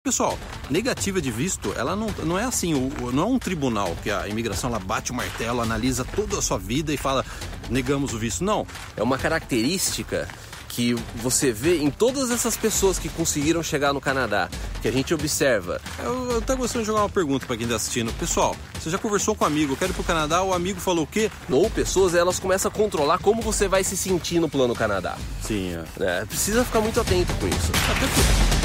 Pessoal, negativa de visto, ela não é assim, não é um tribunal que a imigração ela bate o martelo, analisa toda a sua vida e fala, negamos o visto. Não. É uma característica que você vê em todas essas pessoas que conseguiram chegar no Canadá, que a gente observa. Eu até gostaria de jogar uma pergunta para quem está assistindo. Pessoal, você já conversou com um amigo, quero ir pro Canadá, o amigo falou o quê? Ou pessoas, elas começam a controlar como você vai se sentir no Plano Canadá. Sim, precisa ficar muito atento com isso. Até porque...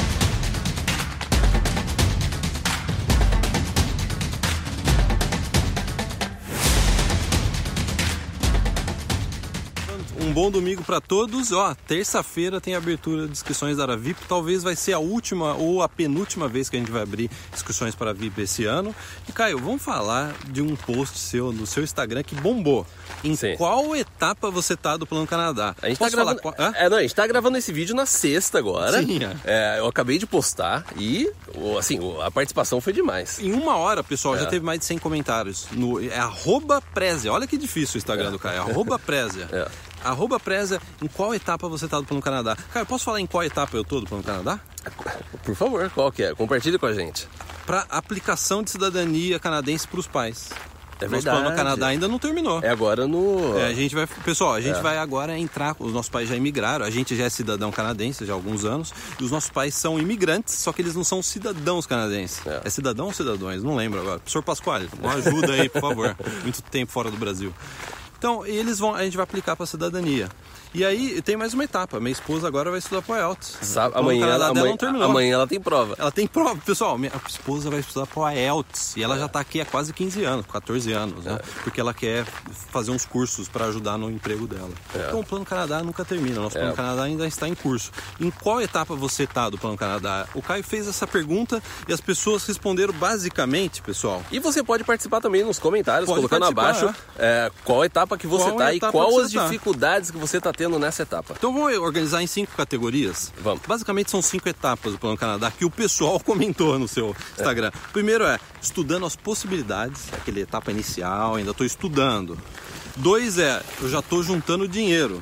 Um bom domingo para todos. Terça-feira tem abertura de inscrições da área VIP. Talvez vai ser a última ou a penúltima vez que a gente vai abrir inscrições para a VIP esse ano. E Caio, vamos falar de um post seu no seu Instagram que bombou. Em qual etapa você tá do Plano Canadá? A gente tá gravando... a gente tá gravando esse vídeo na sexta agora. Sim. Eu acabei de postar e assim, a participação foi demais. Em 1 hora, pessoal, já teve mais de 100 comentários. É @Prezia. Olha que difícil o Instagram do Caio. @Prezia. @Prezia, em qual etapa você tá do Plano Canadá? Cara, eu posso falar em qual etapa eu tô do Plano Canadá? Por favor, qual que é? Compartilhe com a gente. Para aplicação de cidadania canadense para os pais. É verdade. Nosso Plano Canadá ainda não terminou. É agora no... a gente vai agora entrar, os nossos pais já imigraram, a gente já é cidadão canadense já há alguns anos, e os nossos pais são imigrantes, só que eles não são cidadãos canadenses. É cidadão ou cidadãos? Não lembro agora. Professor Pasquale, uma ajuda aí, por favor. Muito tempo fora do Brasil. Então, a gente vai aplicar para a cidadania. E aí, tem mais uma etapa. Minha esposa agora vai estudar para o IELTS. Amanhã ela tem prova. Ela tem prova. Pessoal, minha esposa vai estudar para o IELTS. E ela já está aqui há quase 15 anos, 14 anos, né? Porque ela quer fazer uns cursos para ajudar no emprego dela. Então, o Plano Canadá nunca termina. Nosso Plano Canadá ainda está em curso. Em qual etapa você está do Plano Canadá? O Caio fez essa pergunta e as pessoas responderam basicamente, pessoal. E você pode participar também nos comentários, colocando abaixo qual etapa que você está e qual as dificuldades que você está tendo nessa etapa. Então vamos organizar em 5 categorias. Vamos. Basicamente são 5 etapas do Plano Canadá que o pessoal comentou no seu Instagram. Primeiro estudando as possibilidades, aquela etapa inicial, ainda estou estudando. 2 eu já estou juntando dinheiro.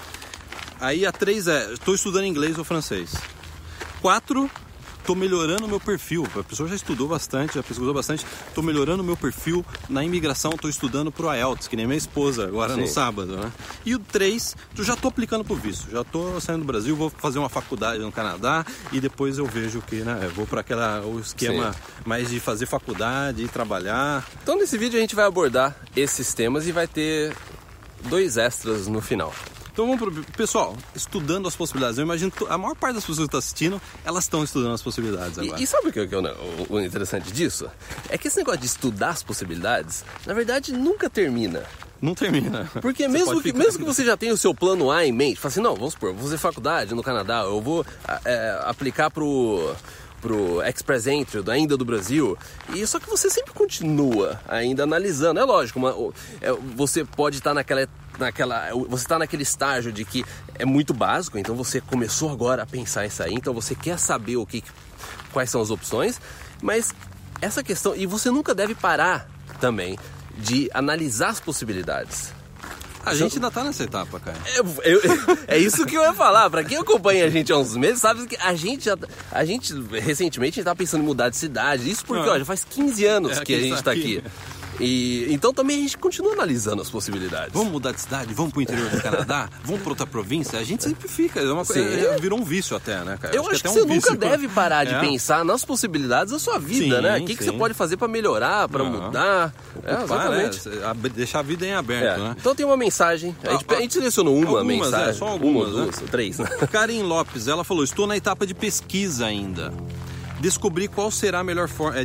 Aí a 3 estou estudando inglês ou francês. 4, estou melhorando o meu perfil. A pessoa já estudou bastante, já pesquisou bastante. Estou melhorando o meu perfil na imigração. Estou estudando para o IELTS, que nem minha esposa, agora no sábado, né? E o 3, já estou aplicando para o visto. Já estou saindo do Brasil, vou fazer uma faculdade no Canadá e depois eu vejo que, né? Vou para o esquema mais de fazer faculdade e trabalhar. Então nesse vídeo a gente vai abordar esses temas e vai ter 2 extras no final. Então vamos pro... Pessoal, estudando as possibilidades. Eu imagino que a maior parte das pessoas que estão assistindo, elas estão estudando as possibilidades agora. E sabe o que é o interessante disso? É que esse negócio de estudar as possibilidades, na verdade, nunca termina. Não termina. Porque mesmo que você já tenha o seu plano A em mente, fala assim, não, vamos supor, vou fazer faculdade no Canadá, eu vou aplicar pro Express Entry ainda do Brasil, e só que você sempre continua ainda analisando. É lógico, você pode estar você está naquele estágio de que é muito básico, então você começou agora a pensar em sair, então você quer saber quais são as opções, mas essa questão, e você nunca deve parar também de analisar as possibilidades. A gente ainda tá nessa etapa, cara. É isso que eu ia falar. Pra quem acompanha a gente há uns meses, sabe que a gente recentemente tá pensando em mudar de cidade. Isso porque, já faz 15 anos que a gente tá aqui. E então também a gente continua analisando as possibilidades. Vamos mudar de cidade? Vamos pro interior do Canadá? Vamos pra outra província? A gente sempre fica. Virou um vício até, né, cara? Eu acho que você nunca deve parar de pensar nas possibilidades da sua vida, né? O que você pode fazer pra melhorar, pra mudar. Exatamente. Deixar a vida em aberto, né? Então tem uma mensagem. A gente selecionou uma mensagem. Só algumas, 1 ou 2, 3, né? Karen Lopes, ela falou, estou na etapa de pesquisa ainda. Descobrir qual será a melhor forma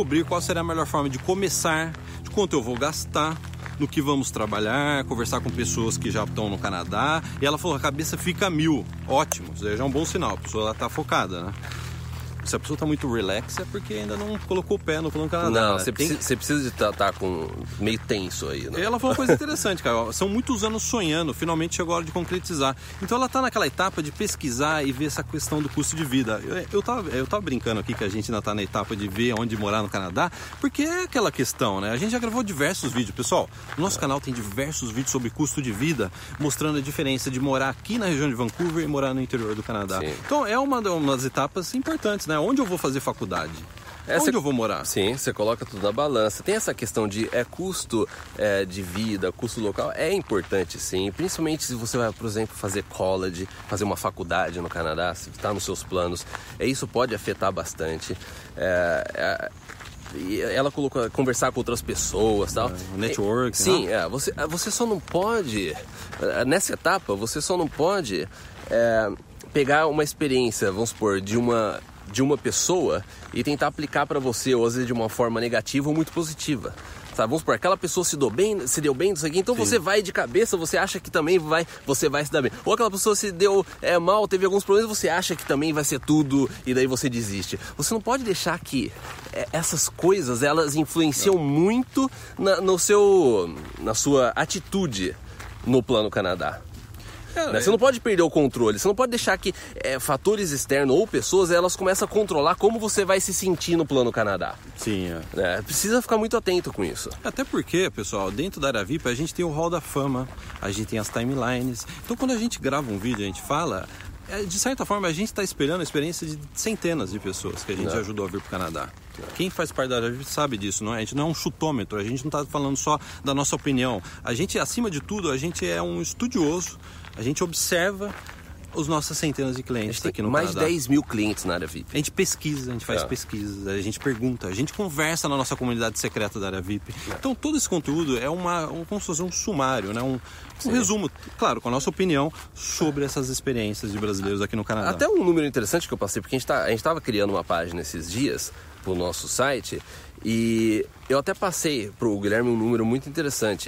de começar, de quanto eu vou gastar, no que vamos trabalhar, conversar com pessoas que já estão no Canadá. E ela falou, a cabeça fica 1000. Ótimo, isso já é um bom sinal, a pessoa está focada, né? Se a pessoa está muito relax é porque ainda não colocou o pé no Plano Canadá. Não, você precisa de estar com meio tenso aí, né? E ela falou uma coisa interessante, cara. São muitos anos sonhando, finalmente chegou a hora de concretizar. Então ela está naquela etapa de pesquisar e ver essa questão do custo de vida. Eu tava brincando aqui que a gente ainda está na etapa de ver onde morar no Canadá, porque é aquela questão, né? A gente já gravou diversos vídeos. Pessoal, no nosso canal tem diversos vídeos sobre custo de vida, mostrando a diferença de morar aqui na região de Vancouver e morar no interior do Canadá. Sim. Então é uma das etapas importantes, né? né? Onde eu vou fazer faculdade? Onde eu vou morar? Sim, você coloca tudo na balança. Tem essa questão de custo de vida, custo local. É importante, sim. Principalmente se você vai, por exemplo, fazer college, fazer uma faculdade no Canadá, se está nos seus planos. Isso pode afetar bastante. E ela colocou conversar com outras pessoas e tal. O network. Sim, você só não pode... Nessa etapa, você só não pode pegar uma experiência, vamos supor, de uma pessoa e tentar aplicar para você, ou às vezes de uma forma negativa ou muito positiva. Sabe, vamos supor, aquela pessoa se deu bem disso aqui, então você vai de cabeça, você acha que também você vai se dar bem. Ou aquela pessoa se deu mal, teve alguns problemas, você acha que também vai ser tudo e daí você desiste. Você não pode deixar que essas coisas, elas influenciam muito na sua atitude no Plano Canadá. Você não pode perder o controle, você não pode deixar que fatores externos ou pessoas, elas começam a controlar como você vai se sentir no Plano Canadá. Sim, precisa ficar muito atento com isso. Até porque, pessoal, dentro da área VIP a gente tem o Hall da Fama, a gente tem as timelines. Então quando a gente grava um vídeo, a gente fala, de certa forma a gente está esperando a experiência de centenas de pessoas que a gente ajudou a vir para o Canadá. Quem faz parte da área VIP sabe disso, não é? A gente não é um chutômetro, a gente não está falando só da nossa opinião. A gente, acima de tudo, a gente é um estudioso. A gente observa as nossas centenas de clientes aqui no Canadá. Mais de 10 mil clientes na área VIP. A gente pesquisa, a gente faz pesquisas, a gente pergunta, a gente conversa na nossa comunidade secreta da área VIP. Então todo esse conteúdo é como se fosse um sumário, né? um resumo, claro, com a nossa opinião sobre essas experiências de brasileiros aqui no Canadá. Até um número interessante que eu passei, porque a gente estava criando uma página esses dias para o nosso site e eu até passei para o Guilherme um número muito interessante.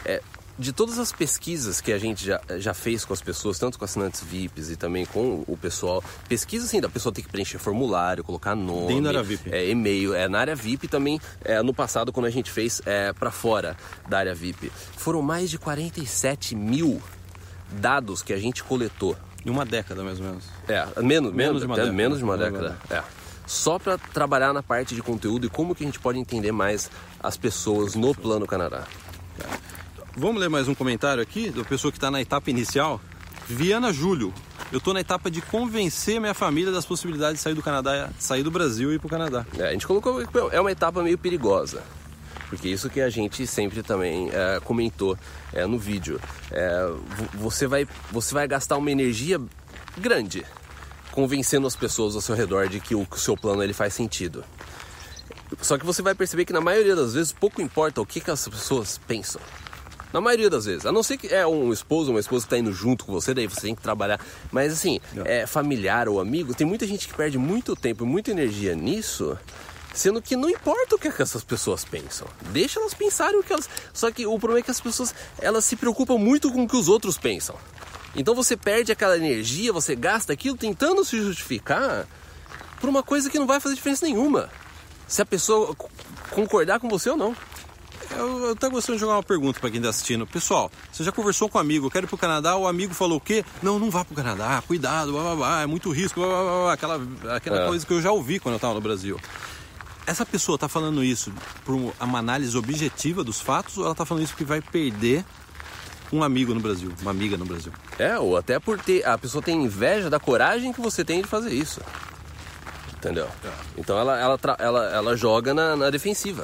De todas as pesquisas que a gente já fez com as pessoas, tanto com assinantes VIPs e também com o pessoal, pesquisa assim, da pessoa ter que preencher formulário, colocar nome, dentro da área VIP. E-mail, na área VIP também, no passado quando a gente fez para fora da área VIP, foram mais de 47 mil dados que a gente coletou. Em uma década, mais ou menos. Menos de uma década. Só para trabalhar na parte de conteúdo e como que a gente pode entender mais as pessoas no Plano Canadá. Vamos ler mais um comentário aqui da pessoa que está na etapa inicial. Viana Júlio. Eu estou na etapa de convencer minha família das possibilidades de sair do Canadá, sair do Brasil e ir para o Canadá. A gente colocou, é uma etapa meio perigosa. Porque isso que a gente sempre também comentou no vídeo. Você vai gastar uma energia grande convencendo as pessoas ao seu redor de que o seu plano ele faz sentido. Só que você vai perceber que na maioria das vezes pouco importa o que as pessoas pensam. Na maioria das vezes. A não ser que um esposo, uma esposa que está indo junto com você, daí você tem que trabalhar. Mas assim, familiar ou amigo, tem muita gente que perde muito tempo e muita energia nisso, sendo que não importa o que essas pessoas pensam. Deixa elas pensarem o que elas... Só que o problema é que as pessoas, elas se preocupam muito com o que os outros pensam. Então você perde aquela energia, você gasta aquilo tentando se justificar por uma coisa que não vai fazer diferença nenhuma. Se a pessoa concordar com você ou não. Eu até gostaria de jogar uma pergunta para quem está assistindo. Pessoal, você já conversou com um amigo, quero ir para o Canadá, o amigo falou o quê? Não vá para o Canadá, cuidado, blá, blá, blá, é muito risco, blá, blá, blá, aquela coisa que eu já ouvi quando eu estava no Brasil. Essa pessoa está falando isso por uma análise objetiva dos fatos ou ela está falando isso porque vai perder um amigo no Brasil, uma amiga no Brasil? Ou até por a pessoa tem inveja da coragem que você tem de fazer isso. Entendeu? Então ela joga na defensiva.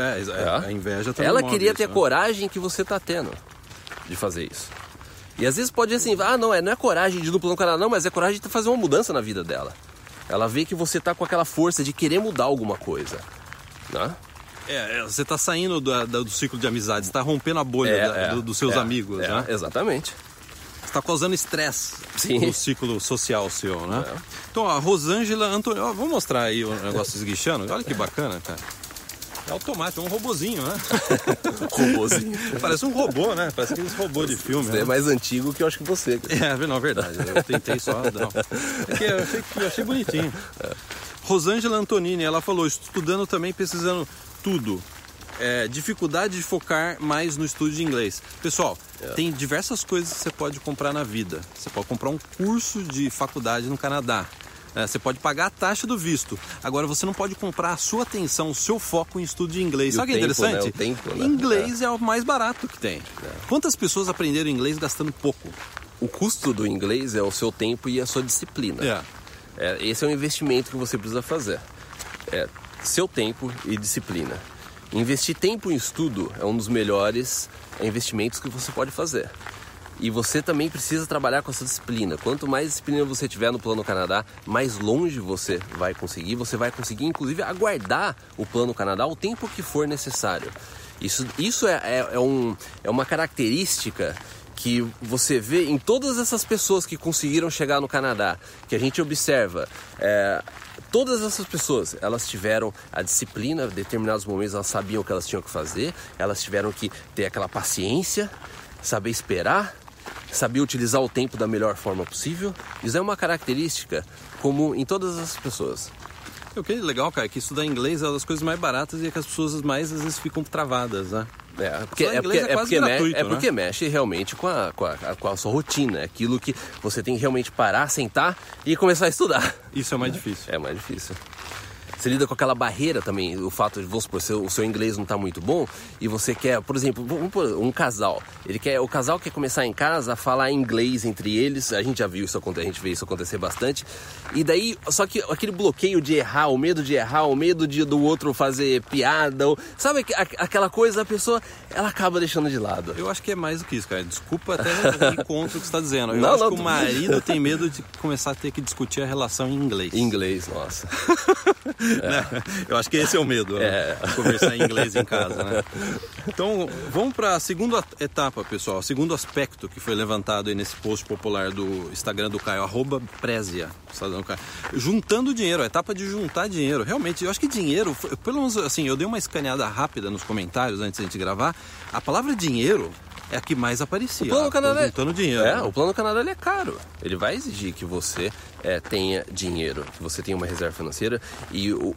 A inveja também. Ela queria ter a coragem que você tá tendo de fazer isso. E às vezes pode ser assim, não é coragem de ir no Plano Canadá, não, mas é coragem de fazer uma mudança na vida dela. Ela vê que você tá com aquela força de querer mudar alguma coisa. Né? Você tá saindo do ciclo de amizade, você tá rompendo a bolha dos seus amigos, né? Exatamente. Você está causando estresse no ciclo social seu, né? Então, a Rosângela Antônio... vou mostrar aí o negócio esguichando. Olha que bacana, cara. É automático, é um robozinho, né? Robozinho. Parece um robô, né? Parece aqueles robôs de filme. Você é mais antigo que eu acho que você. Não, verdade. Eu tentei só... Não. Eu achei bonitinho. Rosângela Antonini, ela falou, estudando também, pesquisando tudo. Dificuldade de focar mais no estudo de inglês. Pessoal, tem diversas coisas que você pode comprar na vida. Você pode comprar um curso de faculdade no Canadá. Você pode pagar a taxa do visto. Agora, você não pode comprar a sua atenção, o seu foco em estudo de inglês. Sabe o que é interessante? Né? O tempo, né? Inglês é o mais barato que tem. Quantas pessoas aprenderam inglês gastando pouco? O custo do inglês é o seu tempo e a sua disciplina. Esse é um investimento que você precisa fazer. Seu tempo e disciplina. Investir tempo em estudo é um dos melhores investimentos que você pode fazer. E você também precisa trabalhar com essa disciplina. Quanto mais disciplina você tiver no Plano Canadá, mais longe você vai conseguir. Você vai conseguir, inclusive, aguardar o Plano Canadá o tempo que for necessário. Isso é uma característica que você vê em todas essas pessoas que conseguiram chegar no Canadá, que a gente observa. Todas essas pessoas, elas tiveram a disciplina, em determinados momentos elas sabiam o que elas tinham que fazer, elas tiveram que ter aquela paciência, saber esperar, saber utilizar o tempo da melhor forma possível. Isso é uma característica comum em todas as pessoas. O que é legal, cara, é que estudar inglês é uma das coisas mais baratas e é que as pessoas mais às vezes ficam travadas, né? Porque mexe realmente com a sua rotina, aquilo que você tem que realmente parar, sentar e começar a estudar. Isso é mais difícil. É mais difícil. Você lida com aquela barreira também, o fato de, vamos supor, o seu inglês não está muito bom e você quer, por exemplo, um casal. O casal quer começar em casa a falar inglês entre eles, a gente já viu isso acontecer, a gente vê isso acontecer bastante. E daí, só que aquele bloqueio de errar, o medo de errar, o medo do outro fazer piada, sabe aquela coisa, a pessoa, ela acaba deixando de lado. Eu acho que é mais do que isso, cara. Desculpa até ir contra o que você está dizendo. Eu acho que o marido tem medo de começar a ter que discutir a relação em inglês. Inglês, nossa. Eu acho que esse é o medo, né? Conversar em inglês em casa, né? Então, vamos para a segunda etapa, pessoal. O segundo aspecto que foi levantado aí nesse post popular do Instagram do Caio, @Prezia. Juntando dinheiro, a etapa de juntar dinheiro. Realmente, eu acho que dinheiro, pelo menos assim, eu dei uma escaneada rápida nos comentários antes de a gente gravar. A palavra dinheiro é a que mais aparecia. O Plano Canadá juntando dinheiro. O Plano Canadá ele é caro. Ele vai exigir que você tenha dinheiro, que você tenha uma reserva financeira eu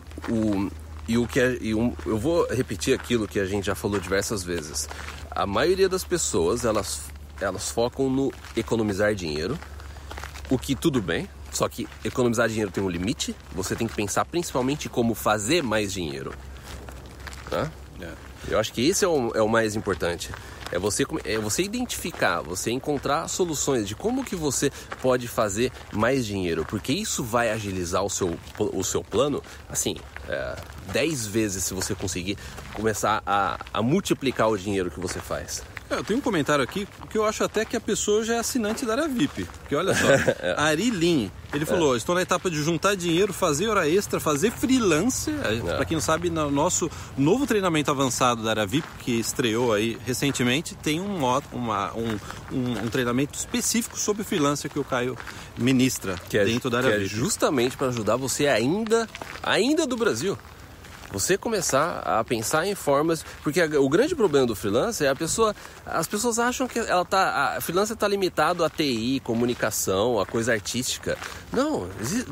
vou repetir aquilo que a gente já falou diversas vezes. A maioria das pessoas, elas focam no economizar dinheiro, o que tudo bem, só que economizar dinheiro tem um limite. Você tem que pensar principalmente em como fazer mais dinheiro. Tá? Eu acho que esse é o mais importante. É você identificar, você encontrar soluções de como que você pode fazer mais dinheiro. Porque isso vai agilizar o seu plano, assim, 10 vezes se você conseguir começar a multiplicar o dinheiro que você faz. Eu tenho um comentário aqui que eu acho até que a pessoa já é assinante da área VIP. Porque olha só, Ari Lin, ele falou, estou na etapa de juntar dinheiro, fazer hora extra, fazer freelance. Para quem não sabe, no nosso novo treinamento avançado da área VIP, que estreou aí recentemente, tem um treinamento específico sobre freelance que o Caio ministra dentro da área VIP. Que é justamente para ajudar você ainda do Brasil. Você começar a pensar em formas... Porque o grande problema do freelancer é as pessoas acham que a freelancer está limitado a TI, comunicação, a coisa artística. Não,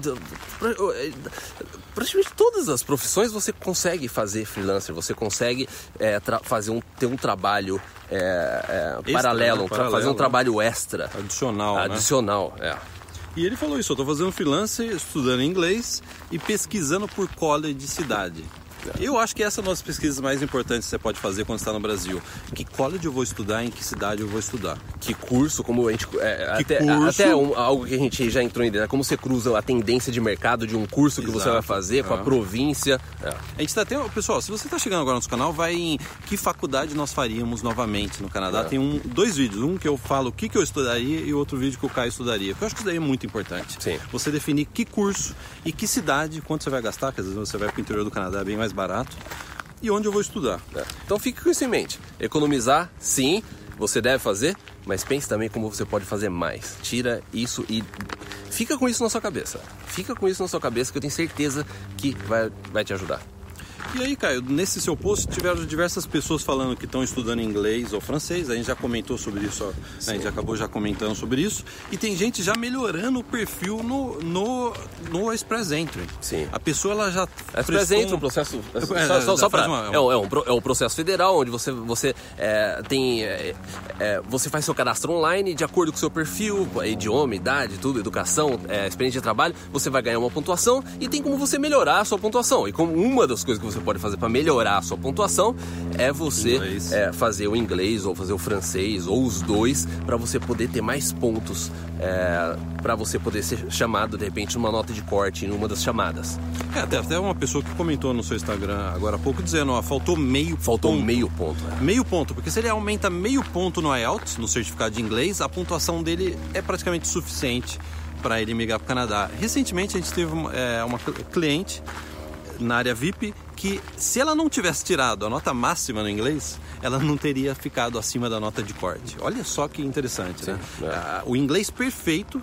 praticamente todas as profissões você consegue fazer freelancer, você consegue ter um trabalho paralelo, fazer um trabalho extra. Adicional, E ele falou isso, eu estou fazendo freelance, estudando inglês e pesquisando por college de cidade. Eu acho que essa é uma das pesquisas mais importantes que você pode fazer quando está no Brasil. Que college eu vou estudar, em que cidade eu vou estudar. Que curso, como a gente... algo que a gente já entrou em ideia, como você cruza a tendência de mercado de um curso que você vai fazer com a província. A gente até... Pessoal, se você está chegando agora no nosso canal, vai em que faculdade nós faríamos novamente no Canadá. Tem 2 vídeos, um que eu falo o que eu estudaria e outro vídeo que o Caio estudaria. Porque eu acho que isso daí é muito importante. Sim. Você definir que curso e que cidade, quanto você vai gastar, que às vezes você vai para o interior do Canadá, é bem mais barato, e onde eu vou estudar. Então fique com isso em mente. Economizar, sim, você deve fazer, mas pense também como você pode fazer mais. Tira isso e fica com isso na sua cabeça. Fica com isso na sua cabeça que eu tenho certeza que vai te ajudar. E aí, Caio, nesse seu post tiveram diversas pessoas falando que estão estudando inglês ou francês, a gente já comentou sobre isso, a gente acabou já comentando sobre isso, e tem gente já melhorando o perfil no Express Entry. Sim. A pessoa, ela já... Express Entry, um processo... É um processo federal, onde você faz seu cadastro online de acordo com o seu perfil, idioma, idade, tudo, educação, experiência de trabalho, você vai ganhar uma pontuação e tem como você melhorar a sua pontuação. E como uma das coisas que você você pode fazer para melhorar a sua pontuação é você fazer o inglês ou fazer o francês ou os dois, para você poder ter mais pontos, para você poder ser chamado de repente numa nota de corte em uma das chamadas. Até uma pessoa que comentou no seu Instagram agora há pouco dizendo, faltou meio ponto. Meio ponto, porque se ele aumenta meio ponto no IELTS, no certificado de inglês, a pontuação dele é praticamente suficiente para ele migrar para o Canadá. Recentemente a gente teve uma cliente na área VIP que, se ela não tivesse tirado a nota máxima no inglês, ela não teria ficado acima da nota de corte. Olha só que interessante, né? O inglês perfeito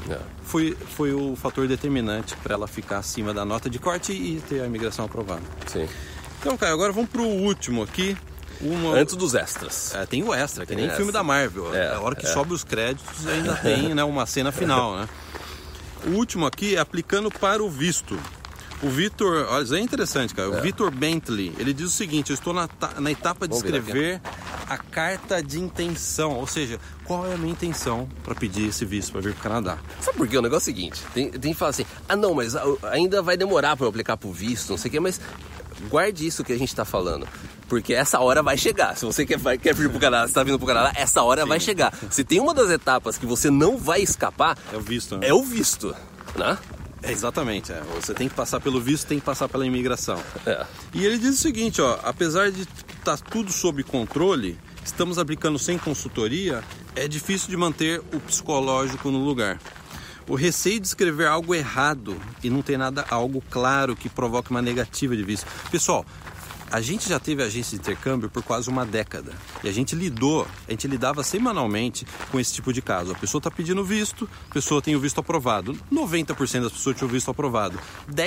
foi o fator determinante para ela ficar acima da nota de corte e ter a imigração aprovada. Sim. Então, Caio, agora vamos para o último aqui. Antes dos extras. Tem o extra, que nem filme da Marvel. A hora que sobe os créditos ainda tem, né, uma cena final, né? O último aqui é aplicando para o visto. O Vitor, olha, isso é interessante, cara. O Vitor Bentley, ele diz o seguinte: eu estou na etapa de escrever a carta de intenção. Ou seja, qual é a minha intenção para pedir esse visto para vir para o Canadá? Sabe por quê? O negócio é o seguinte: tem que falar assim, não, mas ainda vai demorar para eu aplicar para o visto, não sei o quê, mas guarde isso que a gente está falando. Porque essa hora vai chegar. Se você quer vir pro Canadá, você está vindo pro Canadá, essa hora vai chegar. Se tem uma das etapas que você não vai escapar, é o visto, né? É o visto, né? Exatamente, você tem que passar pelo visto, tem que passar pela imigração. E ele diz o seguinte, apesar de estar tudo sob controle, estamos aplicando sem consultoria, é difícil de manter o psicológico no lugar. O receio de escrever algo errado e não ter algo claro que provoque uma negativa de visto. Pessoal, a gente já teve agência de intercâmbio por quase uma década. E a gente lidava semanalmente com esse tipo de caso. A pessoa está pedindo visto, a pessoa tem o visto aprovado. 90% das pessoas tinham o visto aprovado.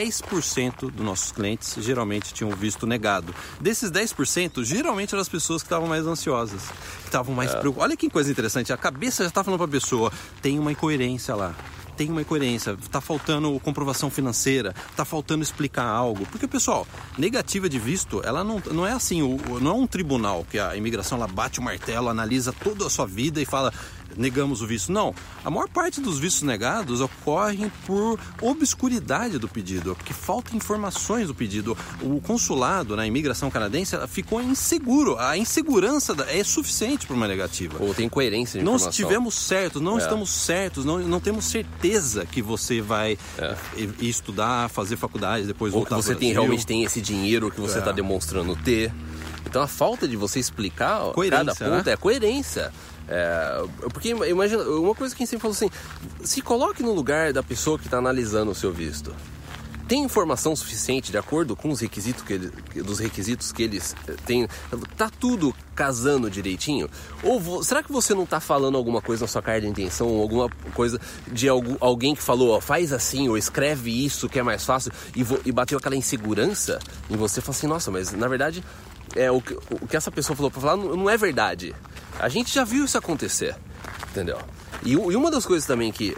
10% dos nossos clientes geralmente tinham o visto negado. Desses 10%, geralmente eram as pessoas que estavam mais ansiosas, que estavam mais preocupadas. Olha que coisa interessante, a cabeça já está falando para a pessoa, tem uma incoerência lá. Tem uma incoerência, está faltando comprovação financeira, está faltando explicar algo. Porque, pessoal, negativa de visto, ela não é assim, não é um tribunal que a imigração ela bate o martelo, analisa toda a sua vida e fala, negamos o visto. Não, a maior parte dos vistos negados ocorrem por obscuridade do pedido, porque falta informações do pedido. O consulado, na imigração canadense, ficou inseguro. A insegurança é suficiente para uma negativa. Ou tem incoerência de informação. Não estivemos certos, não estamos certos, não temos certeza que você vai ir estudar, fazer faculdade, depois voltar ou que você realmente tem esse dinheiro que você está demonstrando ter. Então a falta de você explicar cada ponto é coerência. Porque imagina, uma coisa que a gente sempre falou assim, se coloque no lugar da pessoa que está analisando o seu visto. Tem informação suficiente de acordo com os requisitos dos requisitos que eles têm? Tá tudo casando direitinho? Ou será que você não está falando alguma coisa na sua carta de intenção, ou alguma coisa de alguém que falou, faz assim, ou escreve isso que é mais fácil, e bateu aquela insegurança em você, fala assim, nossa, mas na verdade o que essa pessoa falou para falar não é verdade. A gente já viu isso acontecer, entendeu? E uma das coisas também que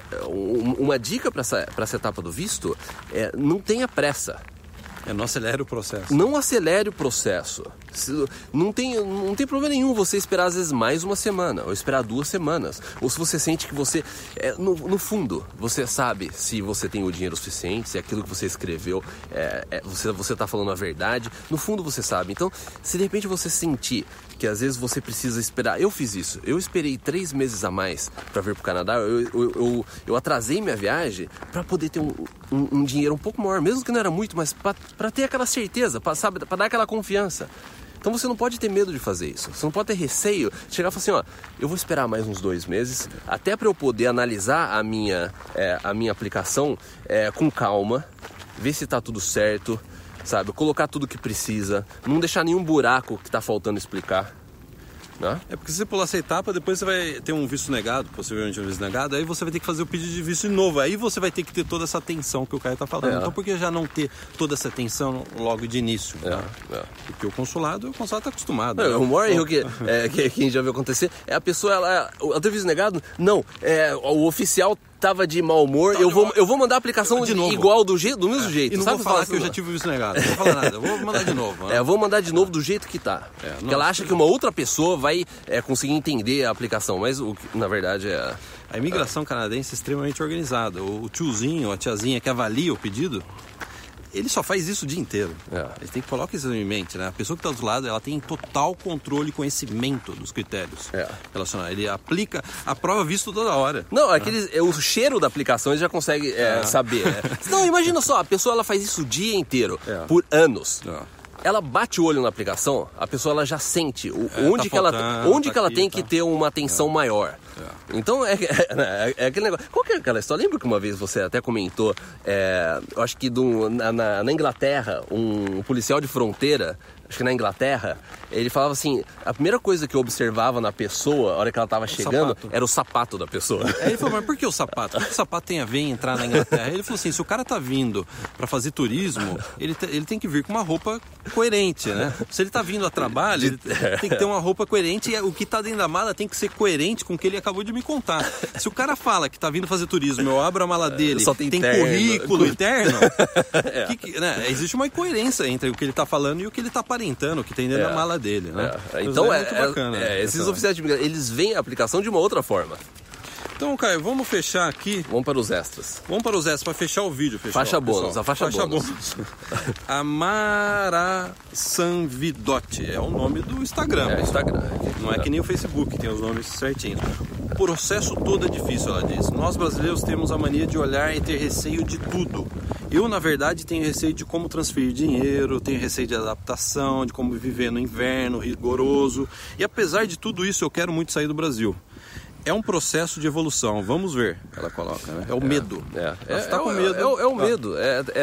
uma dica para essa etapa do visto é não tenha pressa. Não acelere o processo. Não acelere o processo. Não tem problema nenhum você esperar às vezes mais uma semana, ou esperar 2 semanas. Ou se você sente que você, no fundo, você sabe se você tem o dinheiro suficiente, se aquilo que você escreveu, você está falando a verdade. No fundo você sabe. Então, se de repente você sentir que às vezes você precisa esperar. Eu fiz isso. Eu esperei 3 meses a mais para vir para o Canadá. Eu atrasei minha viagem para poder ter um dinheiro um pouco maior, mesmo que não era muito, mas para ter aquela certeza, para dar aquela confiança. Então você não pode ter medo de fazer isso. Você não pode ter receio de chegar e falar assim, eu vou esperar mais uns 2 meses, até para eu poder analisar a minha aplicação com calma, ver se está tudo certo, sabe? Colocar tudo que precisa, não deixar nenhum buraco que está faltando explicar. Não? Porque se você pular essa etapa, depois você vai ter um visto negado, possivelmente um visto negado, aí você vai ter que fazer o pedido de visto de novo. Aí você vai ter que ter toda essa atenção que o Caio está falando. Então por que já não ter toda essa atenção logo de início? Porque o consulado está acostumado. O maior erro que a gente já viu acontecer é a pessoa, ela teve visto negado? Não, o oficial tava de mau humor, eu vou mandar a aplicação de novo. Igual, do mesmo jeito. E não vou falar que eu já tive o visto negado, não vou falar nada, eu vou mandar de novo. Eu vou mandar de novo do jeito que tá. Porque ela acha que uma outra pessoa vai conseguir entender a aplicação, mas na verdade A imigração canadense é extremamente organizada. O tiozinho, a tiazinha que avalia o pedido, ele só faz isso o dia inteiro. Ele tem que colocar isso em mente, né? A pessoa que está do lado, ela tem total controle e conhecimento dos critérios relacionados. Ele aplica a prova visto toda hora. Não, o cheiro da aplicação ele já consegue saber. Não, imagina só, a pessoa ela faz isso o dia inteiro, por anos. Ela bate o olho na aplicação, a pessoa ela já sente onde que ela tem que ter uma atenção maior. Então é aquele negócio. Qual que é aquela história? Lembra que uma vez você até comentou, eu acho que na Inglaterra, um policial de fronteira, acho que na Inglaterra, ele falava assim, a primeira coisa que eu observava na pessoa, a hora que ela estava chegando, era o sapato da pessoa. Aí ele falou, mas por que o sapato? O que o sapato tem a ver em entrar na Inglaterra? Ele falou assim, se o cara tá vindo para fazer turismo, ele tem que vir com uma roupa coerente, né? Se ele tá vindo a trabalho, ele tem que ter uma roupa coerente e o que tá dentro da mala tem que ser coerente com o que ele acabou de me contar. Se o cara fala que tá vindo fazer turismo, eu abro a mala dele, só tem currículo interno, né? Existe uma incoerência entre o que ele tá falando e o que ele tá aparentando, o que tem dentro da mala dele, né? Então muito bacana. Esses oficiais de imigração, eles veem a aplicação de uma outra forma. Então, Caio, vamos fechar aqui. Vamos para os extras. Vamos para os extras, para fechar o vídeo. Faixa bônus, a faixa bônus. Amara Sanvidotti é o nome do Instagram. Instagram. Não é que nem o Facebook, tem os nomes certinhos. O processo todo é difícil, ela diz. Nós brasileiros temos a mania de olhar e ter receio de tudo. Eu, na verdade, tenho receio de como transferir dinheiro, tenho receio de adaptação, de como viver no inverno rigoroso. E apesar de tudo isso, eu quero muito sair do Brasil. É um processo de evolução, vamos ver, ela coloca, né? É o medo. Você tá com medo. É o medo.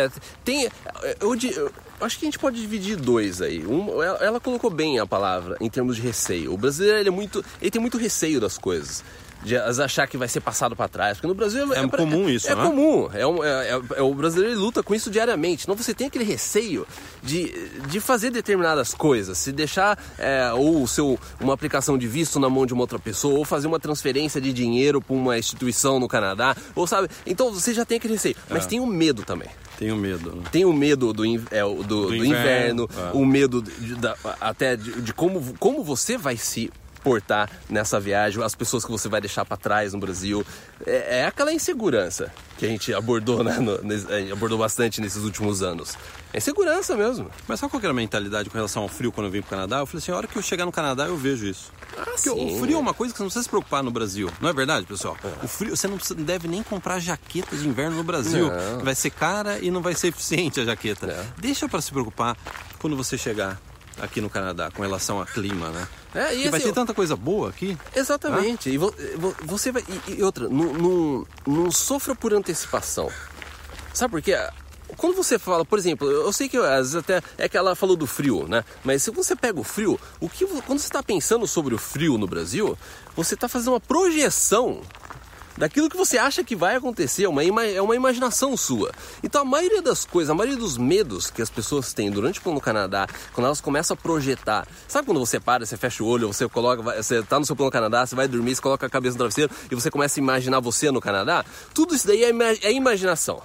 Eu acho que a gente pode dividir dois aí. Ela colocou bem a palavra em termos de receio. O brasileiro ele tem muito receio das coisas. De achar que vai ser passado para trás, porque no Brasil é comum isso, né? É comum, o brasileiro luta com isso diariamente. Então você tem aquele receio de fazer determinadas coisas, se deixar uma aplicação de visto na mão de uma outra pessoa, ou fazer uma transferência de dinheiro para uma instituição no Canadá, ou sabe? Então você já tem aquele receio, mas tem o medo também. Tem o medo. Né? Tem o medo do inverno, o medo até de como você vai se portar nessa viagem, as pessoas que você vai deixar para trás no Brasil. É aquela insegurança que a gente abordou, abordou bastante nesses últimos anos. É insegurança mesmo. Mas sabe qual que era a mentalidade com relação ao frio quando eu vim pro Canadá? Eu falei assim, a hora que eu chegar no Canadá eu vejo isso. Porque o frio é uma coisa que você não precisa se preocupar no Brasil. Não é verdade, pessoal? O frio, você não deve nem comprar jaqueta de inverno no Brasil. Não. Vai ser cara e não vai ser eficiente a jaqueta. Deixa para se preocupar quando você chegar aqui no Canadá com relação ao clima, né? E vai ter tanta coisa boa aqui. Exatamente. E você vai. E outra, não sofra por antecipação. Sabe por quê? Quando você fala, por exemplo, eu sei que às vezes até é que ela falou do frio, né? Mas se você pega o frio, quando você está pensando sobre o frio no Brasil, você está fazendo uma projeção daquilo que você acha que vai acontecer, é uma imaginação sua. Então a maioria das coisas, a maioria dos medos que as pessoas têm durante o plano no Canadá, quando elas começam a projetar, sabe quando você para, você fecha o olho, você tá no seu plano no Canadá, você vai dormir, você coloca a cabeça no travesseiro e você começa a imaginar você no Canadá? Tudo isso daí é imaginação.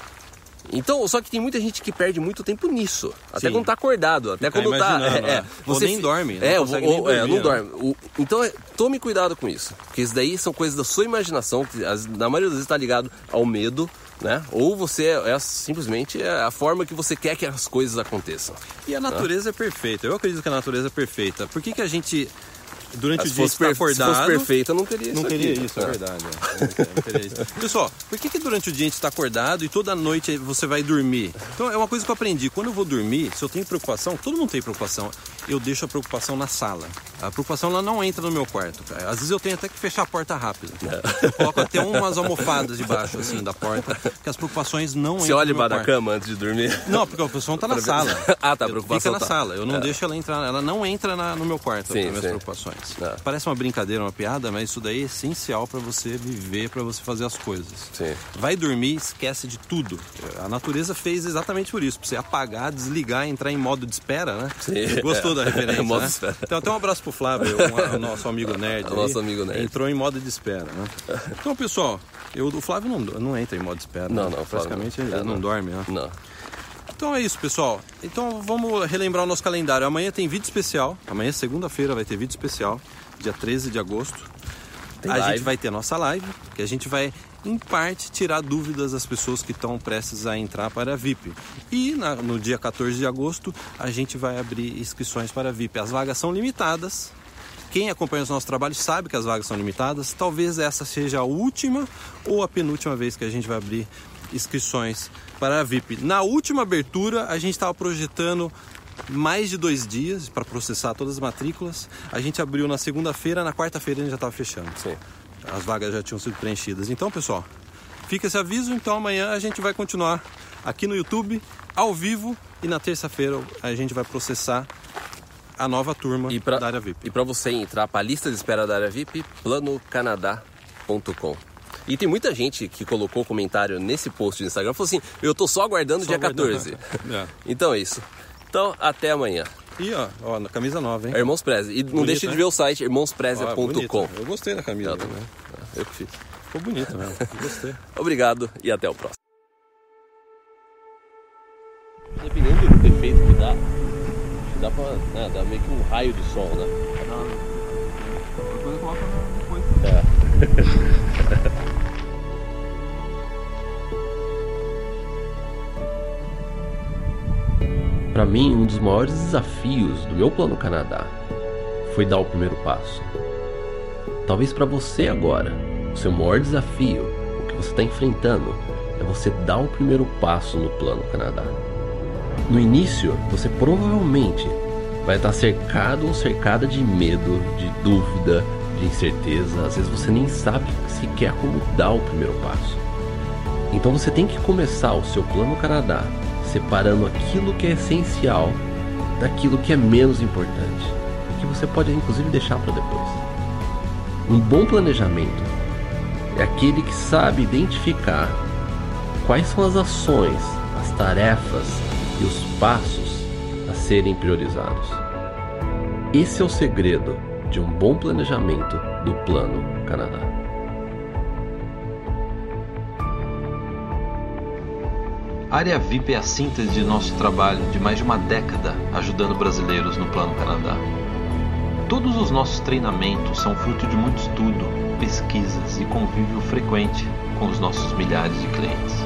Então, só que tem muita gente que perde muito tempo nisso. Até quando tá acordado, até quando tá... Você nem dorme, né? Não dorme. Então, tome cuidado com isso. Porque isso daí são coisas da sua imaginação, que na maioria das vezes está ligado ao medo, né? Ou você simplesmente a forma que você quer que as coisas aconteçam. E a natureza é perfeita. Eu acredito que a natureza é perfeita. Por que a gente... Durante o dia está acordado... Se fosse perfeito, eu não teria isso. Não teria isso, é verdade. Não teria isso. Pessoal, por que durante o dia a gente está acordado e toda noite você vai dormir? Então é uma coisa que eu aprendi. Quando eu vou dormir, se eu tenho preocupação, todo mundo tem preocupação, eu deixo a preocupação na sala. A preocupação ela não entra no meu quarto, cara. Às vezes eu tenho até que fechar a porta rápido. Eu coloco até umas almofadas debaixo assim da porta, que as preocupações não entram no meu quarto. Você olha embaixo da cama antes de dormir? Não, porque a preocupação está na sala. A preocupação fica na sala. Eu não deixo ela entrar, ela não entra no meu quarto, as minhas preocupações. Parece uma brincadeira, uma piada, mas isso daí é essencial para você viver, para você fazer as coisas. Sim. Vai dormir, esquece de tudo. A natureza fez exatamente por isso, para você apagar, desligar, entrar em modo de espera, né? Sim. Gostou da referência, modo né? de espera. Então até um abraço pro Flávio, o nosso amigo nerd. Nosso amigo nerd. Entrou em modo de espera, né? Então, pessoal, o Flávio não entra em modo de espera. Não, né? Praticamente ele não dorme, né? Não. Então é isso, pessoal. Então vamos relembrar o nosso calendário. Amanhã tem vídeo especial. Amanhã, segunda-feira, vai ter vídeo especial. Dia 13 de agosto. A gente vai ter a nossa live, que a gente vai em parte, tirar dúvidas das pessoas que estão prestes a entrar para a VIP. E no dia 14 de agosto, a gente vai abrir inscrições para a VIP. As vagas são limitadas. Quem acompanha os nossos trabalhos sabe que as vagas são limitadas. Talvez essa seja a última ou a penúltima vez que a gente vai abrir inscrições para a VIP. Na última abertura, a gente estava projetando mais de 2 dias para processar todas as matrículas. A gente abriu na segunda-feira, na quarta-feira a gente já estava fechando. Sim. As vagas já tinham sido preenchidas. Então, pessoal, fica esse aviso. Então, amanhã a gente vai continuar aqui no YouTube, ao vivo. E na terça-feira a gente vai processar a nova turma da área VIP. E para você entrar para a lista de espera da área VIP, planocanadá.com. E tem muita gente que colocou comentário nesse post do Instagram, falou assim, eu tô só aguardando o dia 14. Então é isso. Então, até amanhã. E ó, na camisa nova, hein? É Irmãos Preze. E não deixe de ver o site irmãospreze.com. Eu gostei da camisa. Eu que fiz. Ficou bonito mesmo. Gostei. Obrigado e até o próximo. Dependendo do efeito que dá pra dar meio que um raio de sol, né? Depois eu coloco depois. Para mim, um dos maiores desafios do meu Plano Canadá foi dar o primeiro passo. Talvez para você agora, o seu maior desafio, o que você está enfrentando, é você dar o primeiro passo no Plano Canadá. No início, você provavelmente vai estar cercado ou cercada de medo, de dúvida, de incerteza. Às vezes você nem sabe sequer como dar o primeiro passo. Então você tem que começar o seu Plano Canadá separando aquilo que é essencial daquilo que é menos importante e que você pode inclusive deixar para depois. Um bom planejamento é aquele que sabe identificar quais são as ações, as tarefas e os passos a serem priorizados. Esse é o segredo de um bom planejamento do Plano Canadá. A área VIP é a síntese de nosso trabalho de mais de uma década ajudando brasileiros no Plano Canadá. Todos os nossos treinamentos são fruto de muito estudo, pesquisas e convívio frequente com os nossos milhares de clientes.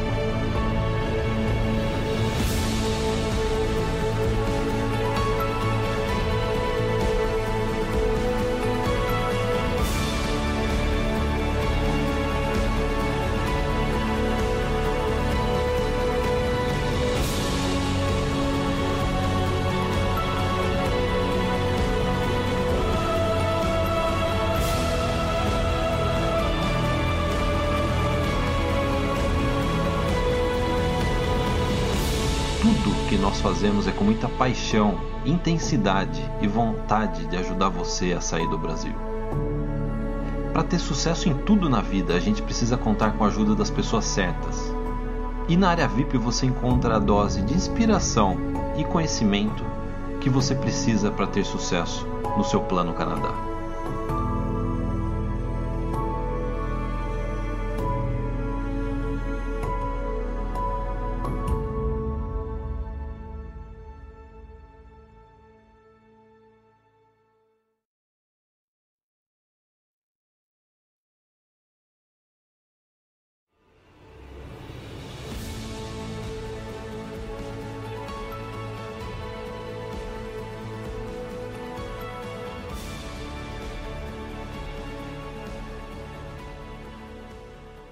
Tudo que nós fazemos é com muita paixão, intensidade e vontade de ajudar você a sair do Brasil. Para ter sucesso em tudo na vida, a gente precisa contar com a ajuda das pessoas certas. E na área VIP você encontra a dose de inspiração e conhecimento que você precisa para ter sucesso no seu Plano Canadá.